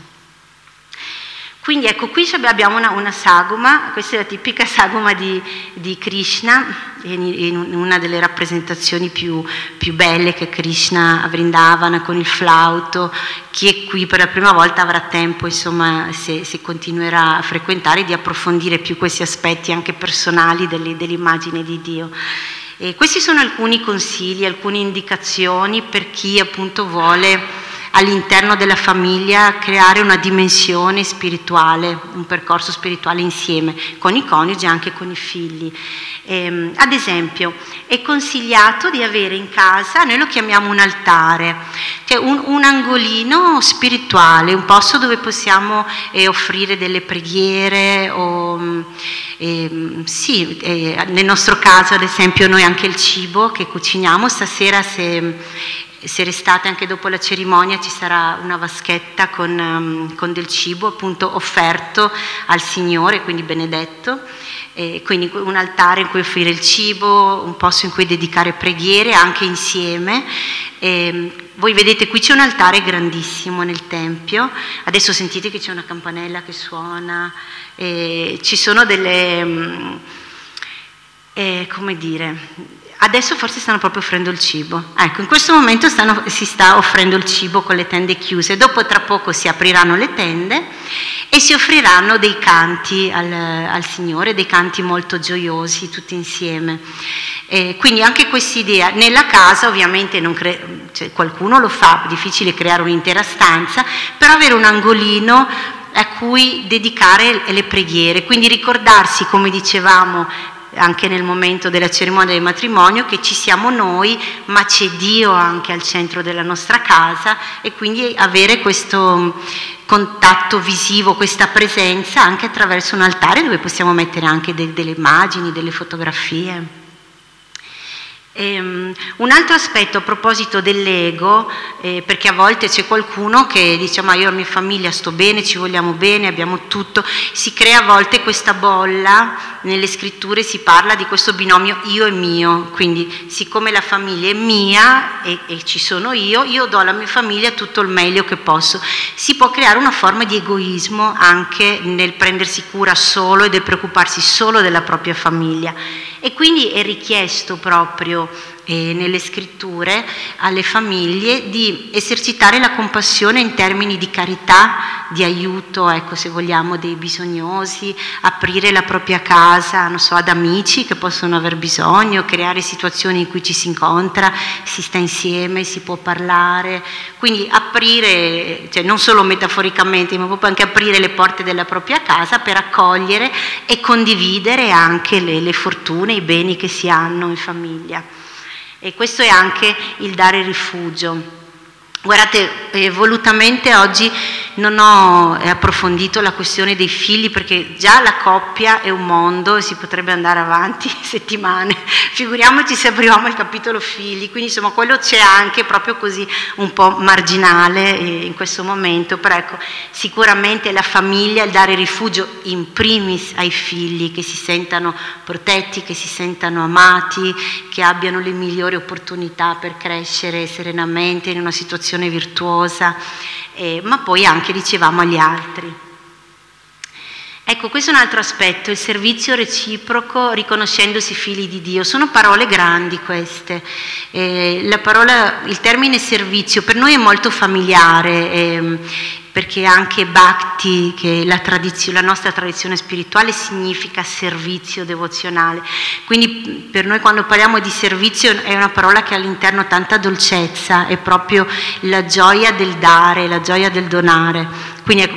Quindi ecco, qui abbiamo una, una sagoma, questa è la tipica sagoma di, di Krishna, in una delle rappresentazioni più, più belle che Krishna a Vrindavana con il flauto. Chi è qui per la prima volta avrà tempo, insomma, se, se continuerà a frequentare, di approfondire più questi aspetti anche personali delle, dell'immagine di Dio. E questi sono alcuni consigli, alcune indicazioni per chi appunto vuole all'interno della famiglia creare una dimensione spirituale, un percorso spirituale insieme, con i coniugi e anche con i figli. Eh, ad esempio, è consigliato di avere in casa, noi lo chiamiamo un altare, cioè un, un angolino spirituale, un posto dove possiamo eh, offrire delle preghiere o... Eh, sì, eh, nel nostro caso ad esempio noi anche il cibo che cuciniamo, stasera se, se restate anche dopo la cerimonia ci sarà una vaschetta con, um, con del cibo appunto offerto al Signore, quindi benedetto, eh, quindi un altare in cui offrire il cibo, un posto in cui dedicare preghiere anche insieme. Eh, voi vedete qui c'è un altare grandissimo nel tempio, adesso sentite che c'è una campanella che suona, eh, ci sono delle, eh, come dire, adesso forse stanno proprio offrendo il cibo, ecco, in questo momento stanno, si sta offrendo il cibo con le tende chiuse, dopo tra poco si apriranno le tende e si offriranno dei canti al, al Signore, dei canti molto gioiosi tutti insieme. Eh, quindi anche quest'idea, nella casa ovviamente non cre- cioè, qualcuno lo fa, è difficile creare un'intera stanza, però avere un angolino a cui dedicare le preghiere, quindi ricordarsi, come dicevamo anche nel momento della cerimonia del matrimonio, che ci siamo noi, ma c'è Dio anche al centro della nostra casa, e quindi avere questo contatto visivo, questa presenza anche attraverso un altare dove possiamo mettere anche de- delle immagini, delle fotografie. Um, un altro aspetto a proposito dell'ego, eh, perché a volte c'è qualcuno che dice ma io e la mia famiglia sto bene, ci vogliamo bene, abbiamo tutto, si crea a volte questa bolla, nelle scritture si parla di questo binomio io e mio, quindi siccome la famiglia è mia e, e ci sono io, io do alla mia famiglia tutto il meglio che posso. Si può creare una forma di egoismo anche nel prendersi cura solo e del preoccuparsi solo della propria famiglia, e quindi è richiesto proprio eh, nelle scritture alle famiglie di esercitare la compassione in termini di carità, di aiuto, ecco, se vogliamo, dei bisognosi, aprire la propria casa, non so, ad amici che possono aver bisogno, creare situazioni in cui ci si incontra, si sta insieme, si può parlare, quindi aprire, cioè non solo metaforicamente, ma proprio anche aprire le porte della propria casa per accogliere e condividere anche le, le fortune, i beni che si hanno in famiglia. E questo è anche il dare rifugio. Guardate, eh, volutamente oggi non ho approfondito la questione dei figli, perché già la coppia è un mondo e si potrebbe andare avanti settimane, figuriamoci se apriamo il capitolo figli, quindi insomma quello c'è anche proprio così un po' marginale eh, in questo momento, però ecco, sicuramente la famiglia, il dare rifugio in primis ai figli, che si sentano protetti, che si sentano amati, che abbiano le migliori opportunità per crescere serenamente in una situazione virtuosa, eh, ma poi anche, dicevamo, agli altri. Ecco, questo è un altro aspetto, il servizio reciproco riconoscendosi figli di Dio. Sono parole grandi queste. Eh, la parola, il termine servizio per noi è molto familiare, eh, perché anche bhakti, che è la, tradizione, la nostra tradizione spirituale, significa servizio devozionale. Quindi per noi quando parliamo di servizio è una parola che ha all'interno tanta dolcezza, è proprio la gioia del dare, la gioia del donare. Quindi ecco,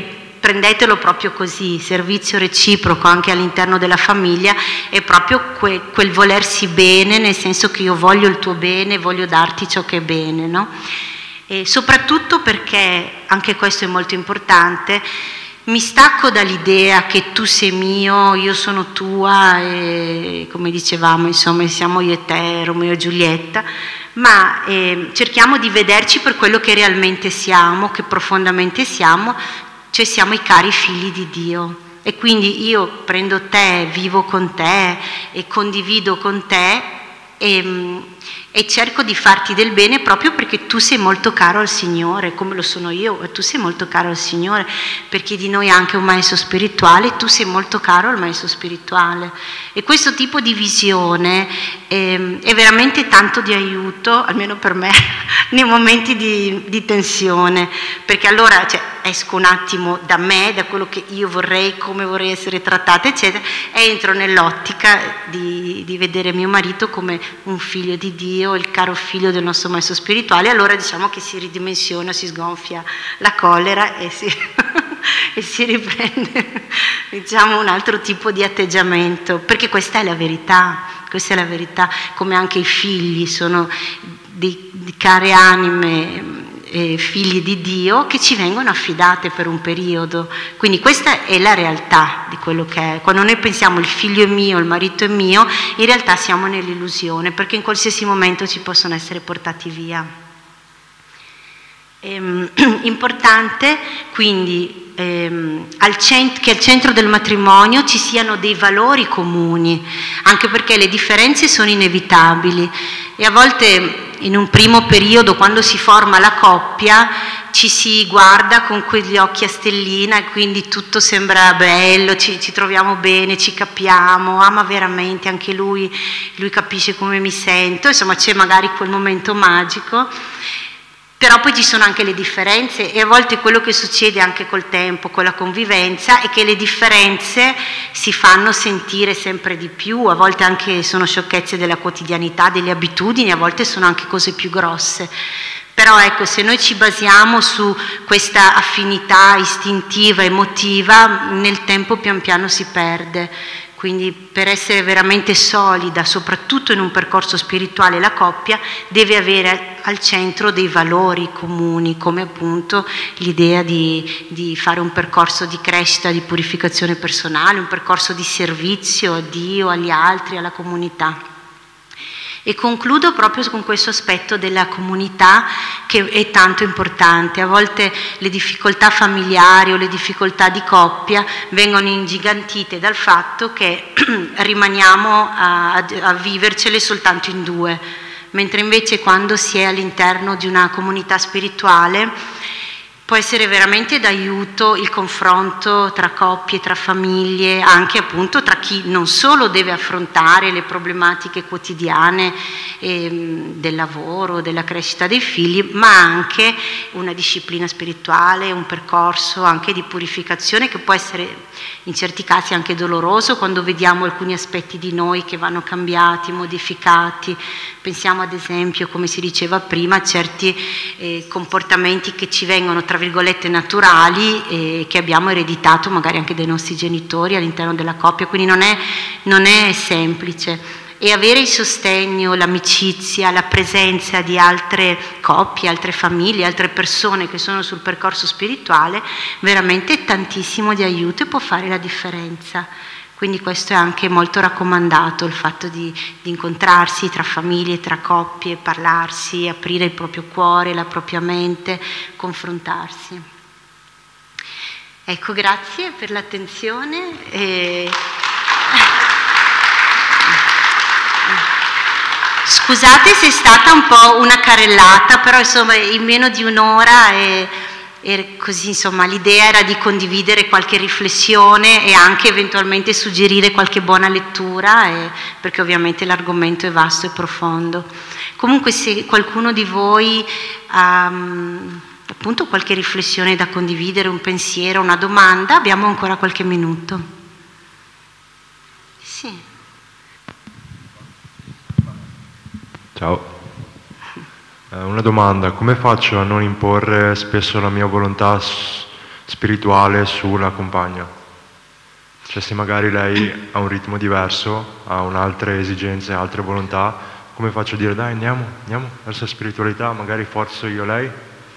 prendetelo proprio così, servizio reciproco anche all'interno della famiglia è proprio que, quel volersi bene, nel senso che io voglio il tuo bene, voglio darti ciò che è bene, no? E soprattutto perché, anche questo è molto importante, mi stacco dall'idea che tu sei mio, io sono tua e come dicevamo insomma siamo io e te, Romeo e Giulietta, ma eh, cerchiamo di vederci per quello che realmente siamo, che profondamente siamo, cioè siamo i cari figli di Dio. E quindi io prendo te, vivo con te e condivido con te e, e cerco di farti del bene proprio perché tu sei molto caro al Signore, come lo sono io, e tu sei molto caro al Signore, perché di noi è anche un maestro spirituale, tu sei molto caro al maestro spirituale. E questo tipo di visione è, è veramente tanto di aiuto, almeno per me, nei momenti di, di tensione, perché allora cioè, esco un attimo da me, da quello che io vorrei, come vorrei essere trattata, eccetera, e entro nell'ottica di, di vedere mio marito come un figlio di Dio, il caro figlio del nostro maestro spirituale. Allora diciamo che si ridimensiona, si sgonfia la collera e si, e si riprende diciamo un altro tipo di atteggiamento, perché questa è la verità, questa è la verità, come anche i figli sono di, di care anime, eh, figli di Dio che ci vengono affidate per un periodo, quindi questa è la realtà di quello che è. Quando noi pensiamo il figlio è mio, il marito è mio, in realtà siamo nell'illusione, perché in qualsiasi momento ci possono essere portati via. Ehm, importante quindi ehm, al cent- che al centro del matrimonio ci siano dei valori comuni, anche perché le differenze sono inevitabili e a volte in un primo periodo, quando si forma la coppia, ci si guarda con quegli occhi a stellina e quindi tutto sembra bello, ci, ci troviamo bene, ci capiamo, ama veramente anche lui, lui capisce come mi sento, insomma c'è magari quel momento magico. Però poi ci sono anche le differenze e a volte quello che succede anche col tempo, con la convivenza, è che le differenze si fanno sentire sempre di più, a volte anche sono sciocchezze della quotidianità, delle abitudini, a volte sono anche cose più grosse. Però ecco, se noi ci basiamo su questa affinità istintiva, emotiva, nel tempo pian piano si perde. Quindi per essere veramente solida, soprattutto in un percorso spirituale, la coppia deve avere al centro dei valori comuni, come appunto l'idea di, di fare un percorso di crescita, di purificazione personale, un percorso di servizio a Dio, agli altri, alla comunità. E concludo proprio con questo aspetto della comunità che è tanto importante. A volte le difficoltà familiari o le difficoltà di coppia vengono ingigantite dal fatto che rimaniamo a, a vivercele soltanto in due, mentre invece quando si è all'interno di una comunità spirituale può essere veramente d'aiuto il confronto tra coppie, tra famiglie, anche appunto tra chi non solo deve affrontare le problematiche quotidiane eh, del lavoro, della crescita dei figli, ma anche una disciplina spirituale, un percorso anche di purificazione che può essere in certi casi anche doloroso quando vediamo alcuni aspetti di noi che vanno cambiati, modificati. Pensiamo ad esempio, come si diceva prima, a certi eh, comportamenti che ci vengono tra virgolette naturali e che abbiamo ereditato magari anche dai nostri genitori all'interno della coppia, quindi non è, non è semplice. E avere il sostegno, l'amicizia, la presenza di altre coppie, altre famiglie, altre persone che sono sul percorso spirituale veramente è tantissimo di aiuto e può fare la differenza. Quindi questo è anche molto raccomandato, il fatto di, di incontrarsi tra famiglie, tra coppie, parlarsi, aprire il proprio cuore, la propria mente, confrontarsi. Ecco, grazie per l'attenzione. E... Scusate se è stata un po' una carrellata, però insomma in meno di un'ora e... E così insomma l'idea era di condividere qualche riflessione e anche eventualmente suggerire qualche buona lettura, e, perché ovviamente l'argomento è vasto e profondo. Comunque se qualcuno di voi ha um, appunto qualche riflessione da condividere, un pensiero, una domanda, abbiamo ancora qualche minuto. Sì. Ciao. Una domanda: come faccio a non imporre spesso la mia volontà spirituale sulla compagna. Cioè se magari lei ha un ritmo diverso, ha un'altre esigenze, altre volontà, come faccio a dire dai andiamo, andiamo verso la spiritualità, magari forzo io lei?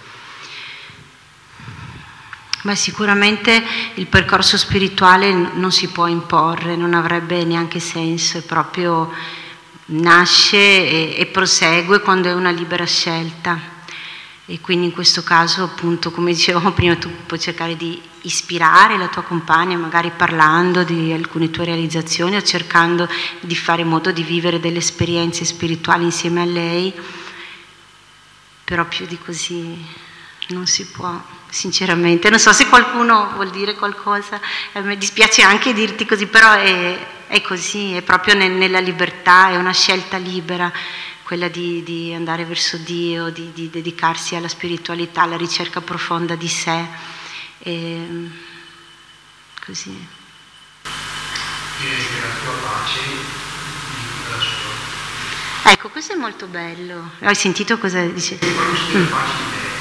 Beh, sicuramente il percorso spirituale non si può imporre, non avrebbe neanche senso, è proprio nasce e, e prosegue quando è una libera scelta. E quindi in questo caso, appunto, come dicevamo prima, tu puoi cercare di ispirare la tua compagna, magari parlando di alcune tue realizzazioni o cercando di fare in modo di vivere delle esperienze spirituali insieme a lei, però più di così non si può, sinceramente. Non so se qualcuno vuol dire qualcosa, eh, mi dispiace anche dirti così, però è, è così, è proprio nel, nella libertà, è una scelta libera, quella di, di andare verso Dio, di, di dedicarsi alla spiritualità, alla ricerca profonda di sé, e così. Direi che la tua pace è la sua. Ecco, questo è molto bello. Hai sentito cosa dice? E quando si mm. pace di te,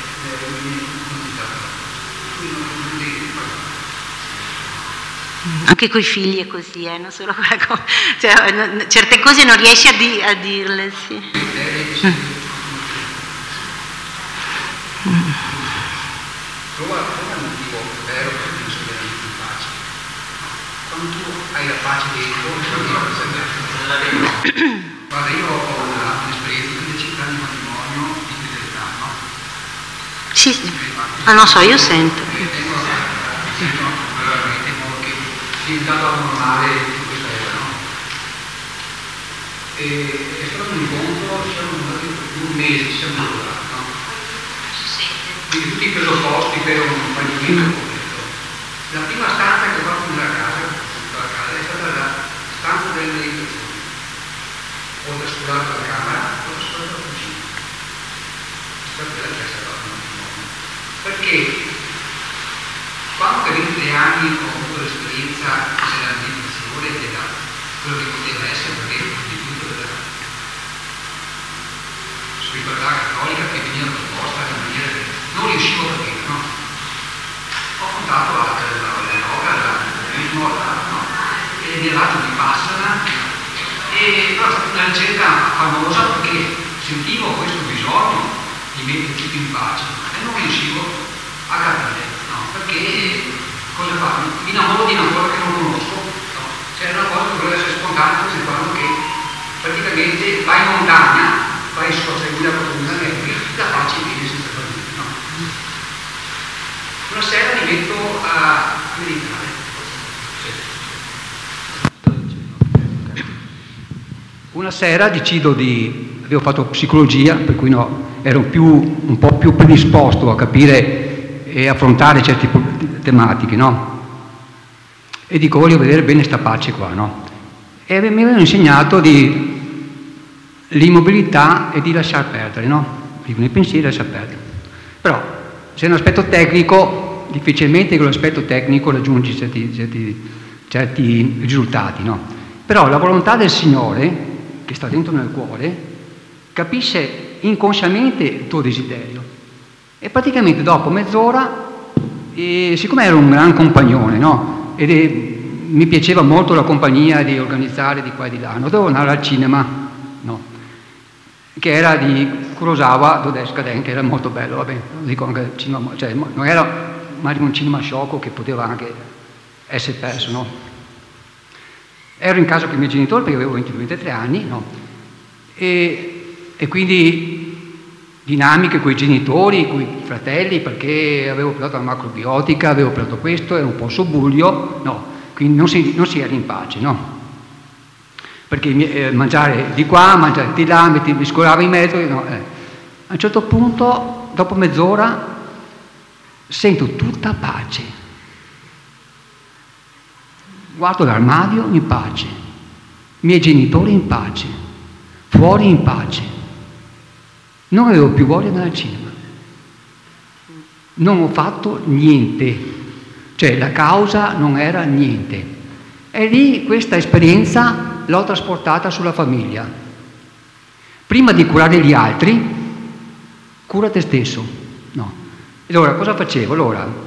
anche coi figli è così, eh? Non solo quella cosa. Cioè, certe cose non riesci a, di, a dirle, sì. Mm. Mm. Trova un motivo vero per cui non sei veramente in pace. Quando tu hai la pace dentro, guarda, io ho una, un'esperienza di dieci anni di matrimonio di fedeltà, no? Sì, sì. Ah, non so, io sento. Veramente in modo che è diventato abnormale in questa era, no? E è stato un incontro, siamo andati per un mese, siamo lavorati, no? Quindi tutti i presupposti per un fallimento completo. La prima stanza che ho fatto nella casa, nella casa è stata la stanza delle meditazioni. Ho trascurato la camera, ho trascurato la cucina. È stata bella che è stata un matrimonio. Perché quando per venti anni ho avuto l'esperienza della meditazione e della quello che poteva essere, perché di tutto della spiritualità cattolica che veniva proposta in maniera che non riuscivo a capire, no? Ho affrontato la yoga, l'attivismo, no? E mi è dato di Vipassana, e però è stata una ricerca famosa perché sentivo questo bisogno di mettere tutto in pace e non riuscivo a capire, no? Perché cosa fa? Mi innamoro di una cosa che non conosco, no? C'è una cosa che dovrebbe essere spontanea, così quando che praticamente vai in montagna, vai su questa guida profonda e la pace viene senza farmi, no? Una sera mi metto a meditare. Una sera decido di, avevo fatto psicologia, per cui no, ero più, un po' più predisposto a capire e affrontare certe tematiche, no? E dico, voglio vedere bene sta pace qua, no? E mi avevano insegnato di l'immobilità e di lasciar perdere, no? Vivono i pensieri e lasciar perdere. Però, se è un aspetto tecnico, difficilmente con l'aspetto tecnico raggiungi certi, certi, certi risultati, no? Però la volontà del Signore, che sta dentro nel cuore, capisce inconsciamente il tuo desiderio. E praticamente dopo mezz'ora, e siccome ero un gran compagnone, no? Ed è, mi piaceva molto la compagnia di organizzare di qua e di là, no? Dovevo andare al cinema, no? Che era di Kurosawa, Dodesca Den, che era molto bello, vabbè, dico anche cinema, cioè, non era magari un cinema sciocco che poteva anche essere perso, no? Ero in casa con i miei genitori perché avevo ventidue ventitré anni, no? E, e quindi dinamiche con i genitori, con i fratelli, perché avevo preso la macrobiotica, avevo preso questo, ero un po' sobbuglio, no? Quindi non si, non si era in pace, no? Perché eh, mangiare di qua, mangiare di là, mi, mi scolava in mezzo, no? Eh. A un certo punto, dopo mezz'ora, sento tutta pace. Guardo l'armadio in pace, i miei genitori in pace, fuori in pace. Non avevo più voglia di andare al cinema. Non ho fatto niente, cioè la causa non era niente. E lì questa esperienza l'ho trasportata sulla famiglia. Prima di curare gli altri, cura te stesso. No. E allora cosa facevo? Allora,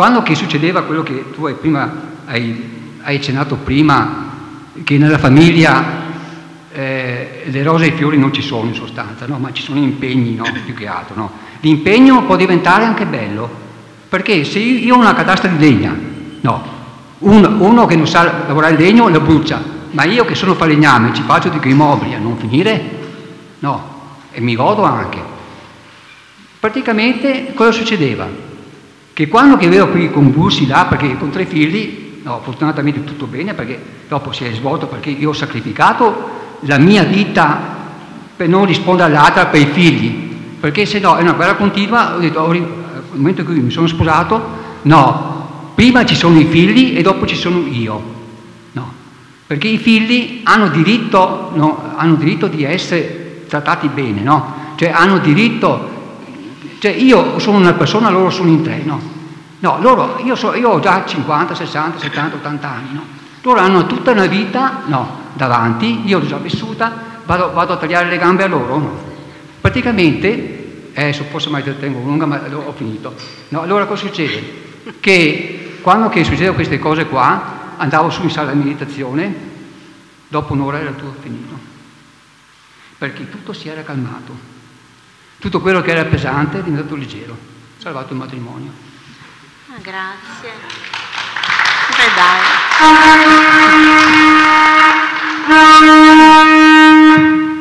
quando che succedeva quello che tu hai prima hai, hai accennato prima, che nella famiglia eh, le rose e i fiori non ci sono in sostanza, no? Ma ci sono impegni, no? Più che altro, no? L'impegno può diventare anche bello, perché se io, io ho una catasta di legna, no, uno, uno che non sa lavorare il legno la brucia, ma io che sono falegname ci faccio di quei mobili a non finire, no, e mi godo anche. Praticamente cosa succedeva? Che quando che avevo quei convulsi là, perché con tre figli, no, fortunatamente tutto bene, perché dopo si è svolto, perché io ho sacrificato la mia vita per non rispondere all'altra per i figli, perché se no è una guerra continua. Ho detto, ho, al momento in cui mi sono sposato, no, prima ci sono i figli e dopo ci sono io, no, perché i figli hanno diritto, no, hanno diritto di essere trattati bene, no, cioè hanno diritto, cioè io sono una persona, loro sono in tre, no, no, loro, io, so, io ho già cinquanta, sessanta, settanta, ottanta anni, no, loro hanno tutta una vita, no, davanti, io l'ho già vissuta, vado, vado a tagliare le gambe a loro, no. Praticamente, adesso forse mai te tengo lunga, ma ho finito. No, allora cosa succede? Che quando che succedono queste cose qua, andavo su in sala di meditazione, dopo un'ora era tutto finito. Perché tutto si era calmato. Tutto quello che era pesante è diventato leggero. Salvato il matrimonio. Ah, grazie. Beh, dai.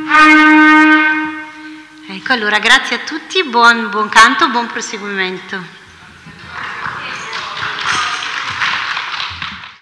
Ecco, allora grazie a tutti, buon, buon canto, buon proseguimento.